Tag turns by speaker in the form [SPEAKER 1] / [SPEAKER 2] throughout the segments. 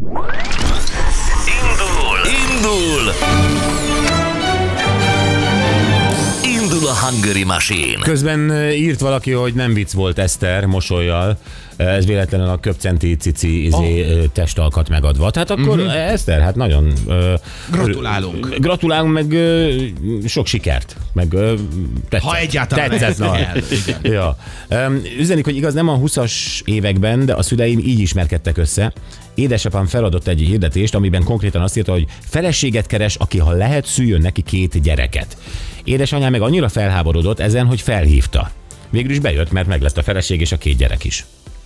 [SPEAKER 1] Indul a Hungary Machine.
[SPEAKER 2] Közben írt valaki, hogy nem vicc volt Eszter mosollyal. Ez véletlenül a köpcenti cici testalkat megadva. Tehát akkor Eszter, hát nagyon...
[SPEAKER 3] Gratulálunk.
[SPEAKER 2] Gratulálunk, meg sok sikert. Meg tetszett.
[SPEAKER 3] Ha egyáltalán
[SPEAKER 2] tetszett. Ja. Üzenik, hogy igaz, nem a 20-as években, de a szüleim így ismerkedtek össze. Édesapám feladott egy hirdetést, amiben konkrétan azt írta, hogy feleséget keres, aki ha lehet, szüljön neki 2 gyereket. Édesanyám meg annyira felháborodott ezen, hogy felhívta. Végül is bejött, mert meglett a feleség és a 2 gyerek is.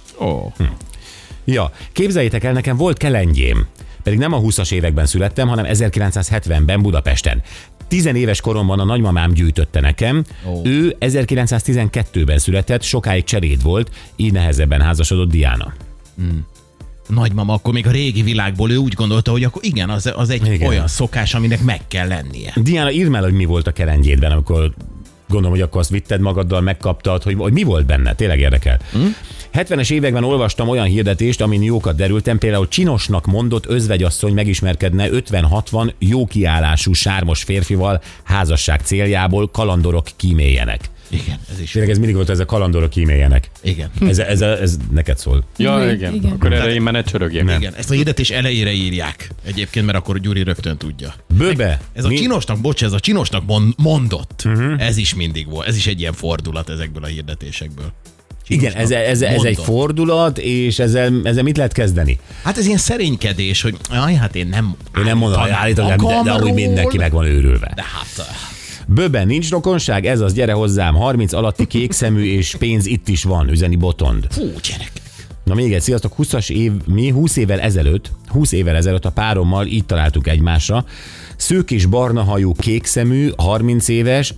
[SPEAKER 2] Ja, képzeljétek el, nekem volt kelengyém. Pedig nem a 20-as években születtem, hanem 1970-ben Budapesten. 10 éves koromban a nagymamám gyűjtötte nekem. Ő 1912-ben született, sokáig cseléd volt, így nehezebben házasodott Diana.
[SPEAKER 3] Nagymama akkor még a régi világból ő úgy gondolta, hogy akkor igen, az egy olyan szokás, aminek meg kell lennie.
[SPEAKER 2] Diana, írd el, hogy mi volt a kerengyédben, amikor gondolom, hogy akkor azt vitted magaddal, megkaptad, hogy mi volt benne, tényleg érdekel. 70-es években olvastam olyan hirdetést, amin jókat derültem, például csinosnak mondott özvegyasszony megismerkedne 50-60 jó kiállású sármos férfival házasság céljából, kalandorok kíméljenek.
[SPEAKER 3] Igen, ez is.
[SPEAKER 2] Tényleg ez mindig volt, ez a kalandorok kíméljenek.
[SPEAKER 3] Igen.
[SPEAKER 2] Ez neked szól.
[SPEAKER 4] Ja, igen. Akkor erre én már ne csörögjek.
[SPEAKER 3] Igen, ezt a hirdetés elejére írják egyébként, mert akkor Gyuri rögtön tudja.
[SPEAKER 2] Bőbe.
[SPEAKER 3] Ez a csinosnak mondott. Ez is mindig volt. Ez is egy ilyen fordulat ezekből a hirdetésekből.
[SPEAKER 2] Igen, ez egy fordulat, és ezzel mit lehet kezdeni?
[SPEAKER 3] Hát ez ilyen szerénykedés, hogy hát én nem
[SPEAKER 2] mondom, állítom, de úgy mindenki meg van őrülve.
[SPEAKER 3] De hát...
[SPEAKER 2] Bőben nincs rokonság, ez az, gyere hozzám, 30 alatti kékszemű és pénz itt is van, üzeni Botond.
[SPEAKER 3] Fú, gyerekek.
[SPEAKER 2] Na még egy, sziasztok, 20 évvel ezelőtt a párommal így találtuk egymásra. Szők és barna hajú kékszemű, 30 éves,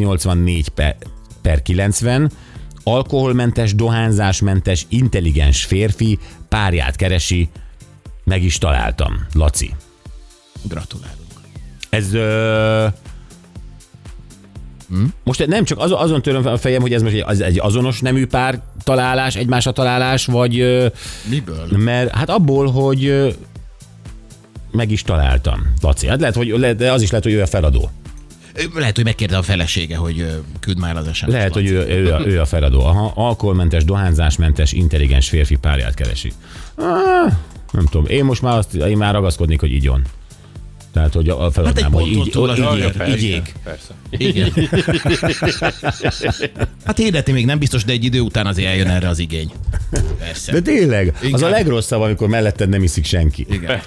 [SPEAKER 2] 184/90, alkoholmentes, dohányzásmentes, intelligens férfi, párját keresi, meg is találtam. Laci.
[SPEAKER 3] Gratulálunk.
[SPEAKER 2] Ez... Most nem csak azon töröm a fejem, hogy ez most egy azonos nemű pár találás, egymásra találás, vagy...
[SPEAKER 3] Miből?
[SPEAKER 2] Mert hát abból, hogy meg is találtam. Laci, hát de az is lehet, hogy ő a feladó.
[SPEAKER 3] Lehet, hogy megkérte a felesége, hogy küld már az SMS-t.
[SPEAKER 2] Lehet, hogy ő a feladó. Aha, alkoholmentes, dohányzásmentes, intelligens férfi párját keresi. Nem tudom, én már ragaszkodnék, hogy igyon. Tehát, hogy feladnám, hogy igyék.
[SPEAKER 4] Persze.
[SPEAKER 3] Igen. Hát érdeti még nem biztos, de egy idő után azért eljön erre az igény. Persze.
[SPEAKER 2] De tényleg,
[SPEAKER 3] igen.
[SPEAKER 2] Az a legrosszabb, amikor melletted nem iszik senki.
[SPEAKER 3] Igen.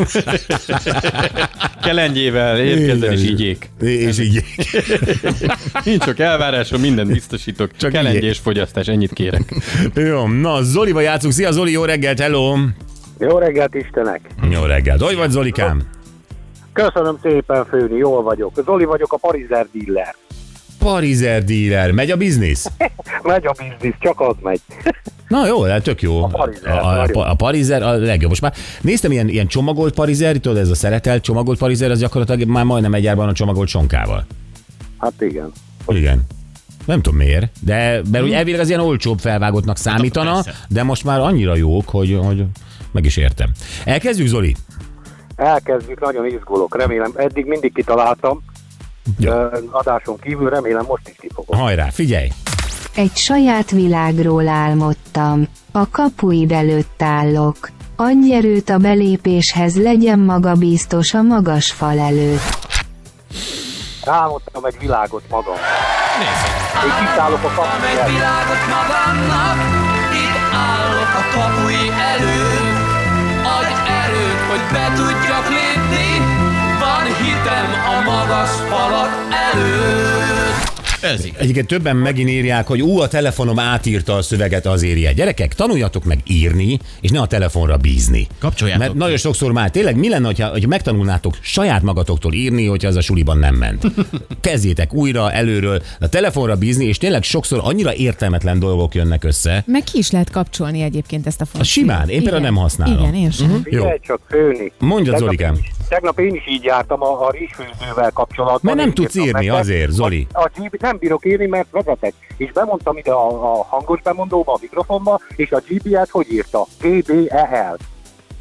[SPEAKER 4] Kelengyével érkezzen és igyék.
[SPEAKER 2] És igyék.
[SPEAKER 4] Nincs sok elvárásom, mindent biztosítok. Csak kelengyés fogyasztás, ennyit kérek.
[SPEAKER 2] Jó, na Zolival játszunk. Szia Zoli, jó reggelt, hello!
[SPEAKER 5] Jó reggelt Istenek!
[SPEAKER 2] Jó reggelt. Hogy vagy, Zolikám?
[SPEAKER 5] Köszönöm szépen, főni, jól vagyok. Zoli vagyok, a parizer dealer.
[SPEAKER 2] Parizer dealer, megy a biznisz?
[SPEAKER 5] Megy a biznisz, csak az megy.
[SPEAKER 2] Na jó, hát tök jó. A parizer a legjobb. Most már néztem ilyen csomagolt parizer, tudod, ez a szeretelt csomagolt parizer, az gyakorlatilag már majdnem egy árban a csomagolt sonkával.
[SPEAKER 5] Hát igen.
[SPEAKER 2] Igen. Nem tudom miért, de mert úgy elvileg az ilyen olcsóbb felvágottnak számítana, de most már annyira jók, hogy meg is értem. Elkezdjük, Zoli?
[SPEAKER 5] Elkezdjük, nagyon izgulok, remélem, eddig mindig kitaláltam, adáson kívül remélem most is kifogom.
[SPEAKER 2] Hajrá, figyelj!
[SPEAKER 6] Egy saját világról álmodtam, a kapuid előtt állok. Adj erőt a belépéshez, legyen magabiztos a magas fal előtt.
[SPEAKER 5] Álmodtam egy világot magam. Én itt állok a kapuid előtt.
[SPEAKER 1] Egy világot magamnak, itt állok a kapui előtt. Adj erőt, hogy be tudjak lépni, van hitem a magas falak előtt.
[SPEAKER 2] Egyébként többen megint írják, hogy a telefonom átírta a szöveget, azért ilyen. Gyerekek, tanuljatok meg írni, és ne a telefonra bízni.
[SPEAKER 3] Kapcsoljátok.
[SPEAKER 2] Mert nagyon sokszor már tényleg mi lenne, hogyha megtanulnátok saját magatoktól írni, hogyha ez a suliban nem ment. Kezdjétek újra, előről, a telefonra bízni, és tényleg sokszor annyira értelmetlen dolgok jönnek össze.
[SPEAKER 7] Meg ki is lehet kapcsolni egyébként ezt a funkciót.
[SPEAKER 2] Simán, én például nem használom.
[SPEAKER 7] Igen, én sem.
[SPEAKER 5] Figyelj csak, főni.
[SPEAKER 2] Mondjad, Zolikám.
[SPEAKER 5] Tegnap én is így jártam a rizsfőzővel kapcsolatban.
[SPEAKER 2] Mert nem tudsz írni
[SPEAKER 5] nektek.
[SPEAKER 2] azért, Zoli.
[SPEAKER 5] A nem bírok írni, mert vezetek. És bemondtam ide a hangos bemondóba, a mikrofonba, és a GB-et hogy írta? GBEL.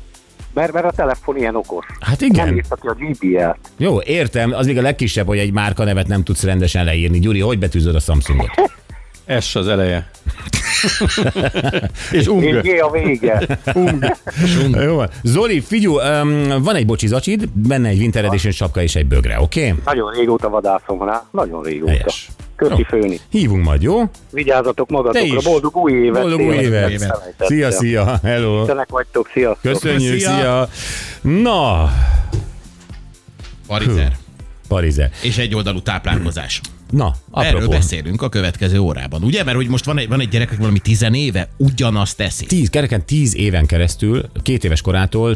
[SPEAKER 5] Mert a telefon ilyen okos.
[SPEAKER 2] Hát igen.
[SPEAKER 5] Nem írta ki a GBL-t.
[SPEAKER 2] Jó, értem, az még a legkisebb, hogy egy márka nevet nem tudsz rendesen leírni. Gyuri, hogy betűzöd a Samsungot?
[SPEAKER 4] S az eleje. És
[SPEAKER 5] G a vége.
[SPEAKER 2] Jó van. Zoli, figyelj, van egy bocsi zacsid, benne egy Winter Edition sapka és egy bögre, oké? Okay?
[SPEAKER 5] Nagyon régóta vadászom rá. Nagyon régóta.
[SPEAKER 2] Helyes.
[SPEAKER 5] Köszi főni.
[SPEAKER 2] Hívunk majd, jó?
[SPEAKER 5] Vigyázzatok
[SPEAKER 2] Te
[SPEAKER 5] magatokra.
[SPEAKER 2] is.
[SPEAKER 5] Boldog új évet.
[SPEAKER 2] Boldog új évet. Szia, szia. Hello.
[SPEAKER 5] Istenek vagytok. Sziasztok.
[SPEAKER 2] Köszönjük,
[SPEAKER 3] Szia.
[SPEAKER 2] szia. Na,
[SPEAKER 3] Parizer.
[SPEAKER 2] Parizer.
[SPEAKER 3] És egy oldalú táplálkozás.
[SPEAKER 2] Na,
[SPEAKER 3] Erről
[SPEAKER 2] apropó.
[SPEAKER 3] beszélünk a következő órában. Ugye? Mert hogy most van egy gyerek, aki valami 10 éve ugyanazt teszi.
[SPEAKER 2] Kereken 10 éven keresztül, 2 éves korától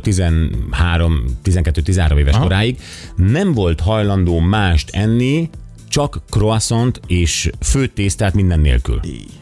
[SPEAKER 2] 12-13 éves koráig nem volt hajlandó mást enni, csak croissant és főtt tésztát minden nélkül.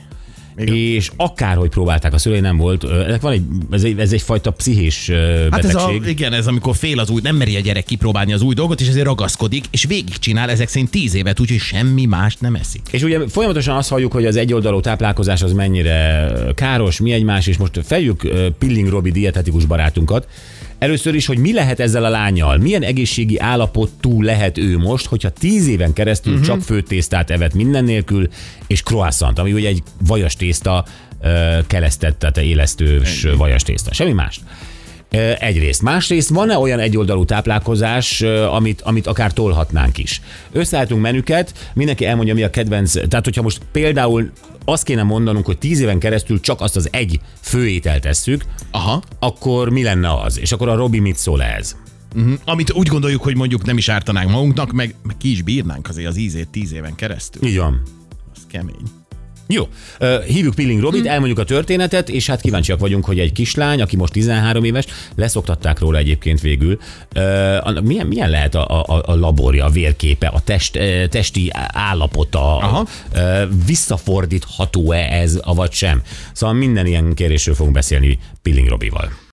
[SPEAKER 2] És akárhogy próbálták a szülei, nem volt. Ennek van ez egyfajta pszichés
[SPEAKER 3] Hát
[SPEAKER 2] betegség.
[SPEAKER 3] igen, ez amikor fél az új, nem meri a gyerek kipróbálni az új dolgot, és ezért ragaszkodik, és végigcsinál ezek szerint 10 évet, úgyhogy semmi mást nem eszik.
[SPEAKER 2] És ugye folyamatosan azt halljuk, hogy az egyoldalú táplálkozás az mennyire káros, mi egymás, és most feljük Pilling Robi dietetikus barátunkat. Először is, hogy mi lehet ezzel a lányjal, milyen egészségi állapotú lehet ő most, hogyha 10 éven keresztül csak főtt tésztát evett minden nélkül, és croissant, ami ugye egy vajas tészta, kelesztett, tehát élesztős vajas tészta. Semmi más. Egyrészt. Másrészt van-e olyan egyoldalú táplálkozás, amit akár tolhatnánk is? Összeálltunk menüket, mindenki elmondja, mi a kedvenc. Tehát, hogyha most például azt kéne mondanunk, hogy 10 éven keresztül csak azt az egy főételt tesszük, akkor mi lenne az? És akkor a Robi mit szól ez?
[SPEAKER 3] Amit úgy gondoljuk, hogy mondjuk nem is ártanánk magunknak, meg ki is bírnánk azért az ízét 10 éven keresztül.
[SPEAKER 2] Így van.
[SPEAKER 3] Az kemény.
[SPEAKER 2] Jó, hívjuk Pilling Robit, elmondjuk a történetet, és hát kíváncsiak vagyunk, hogy egy kislány, aki most 13 éves, leszoktatták róla egyébként végül. Milyen lehet a laborja, a vérképe, a testi állapota, visszafordítható-e ez, vagy sem? Szóval minden ilyen kérésről fogunk beszélni Pilling Robival.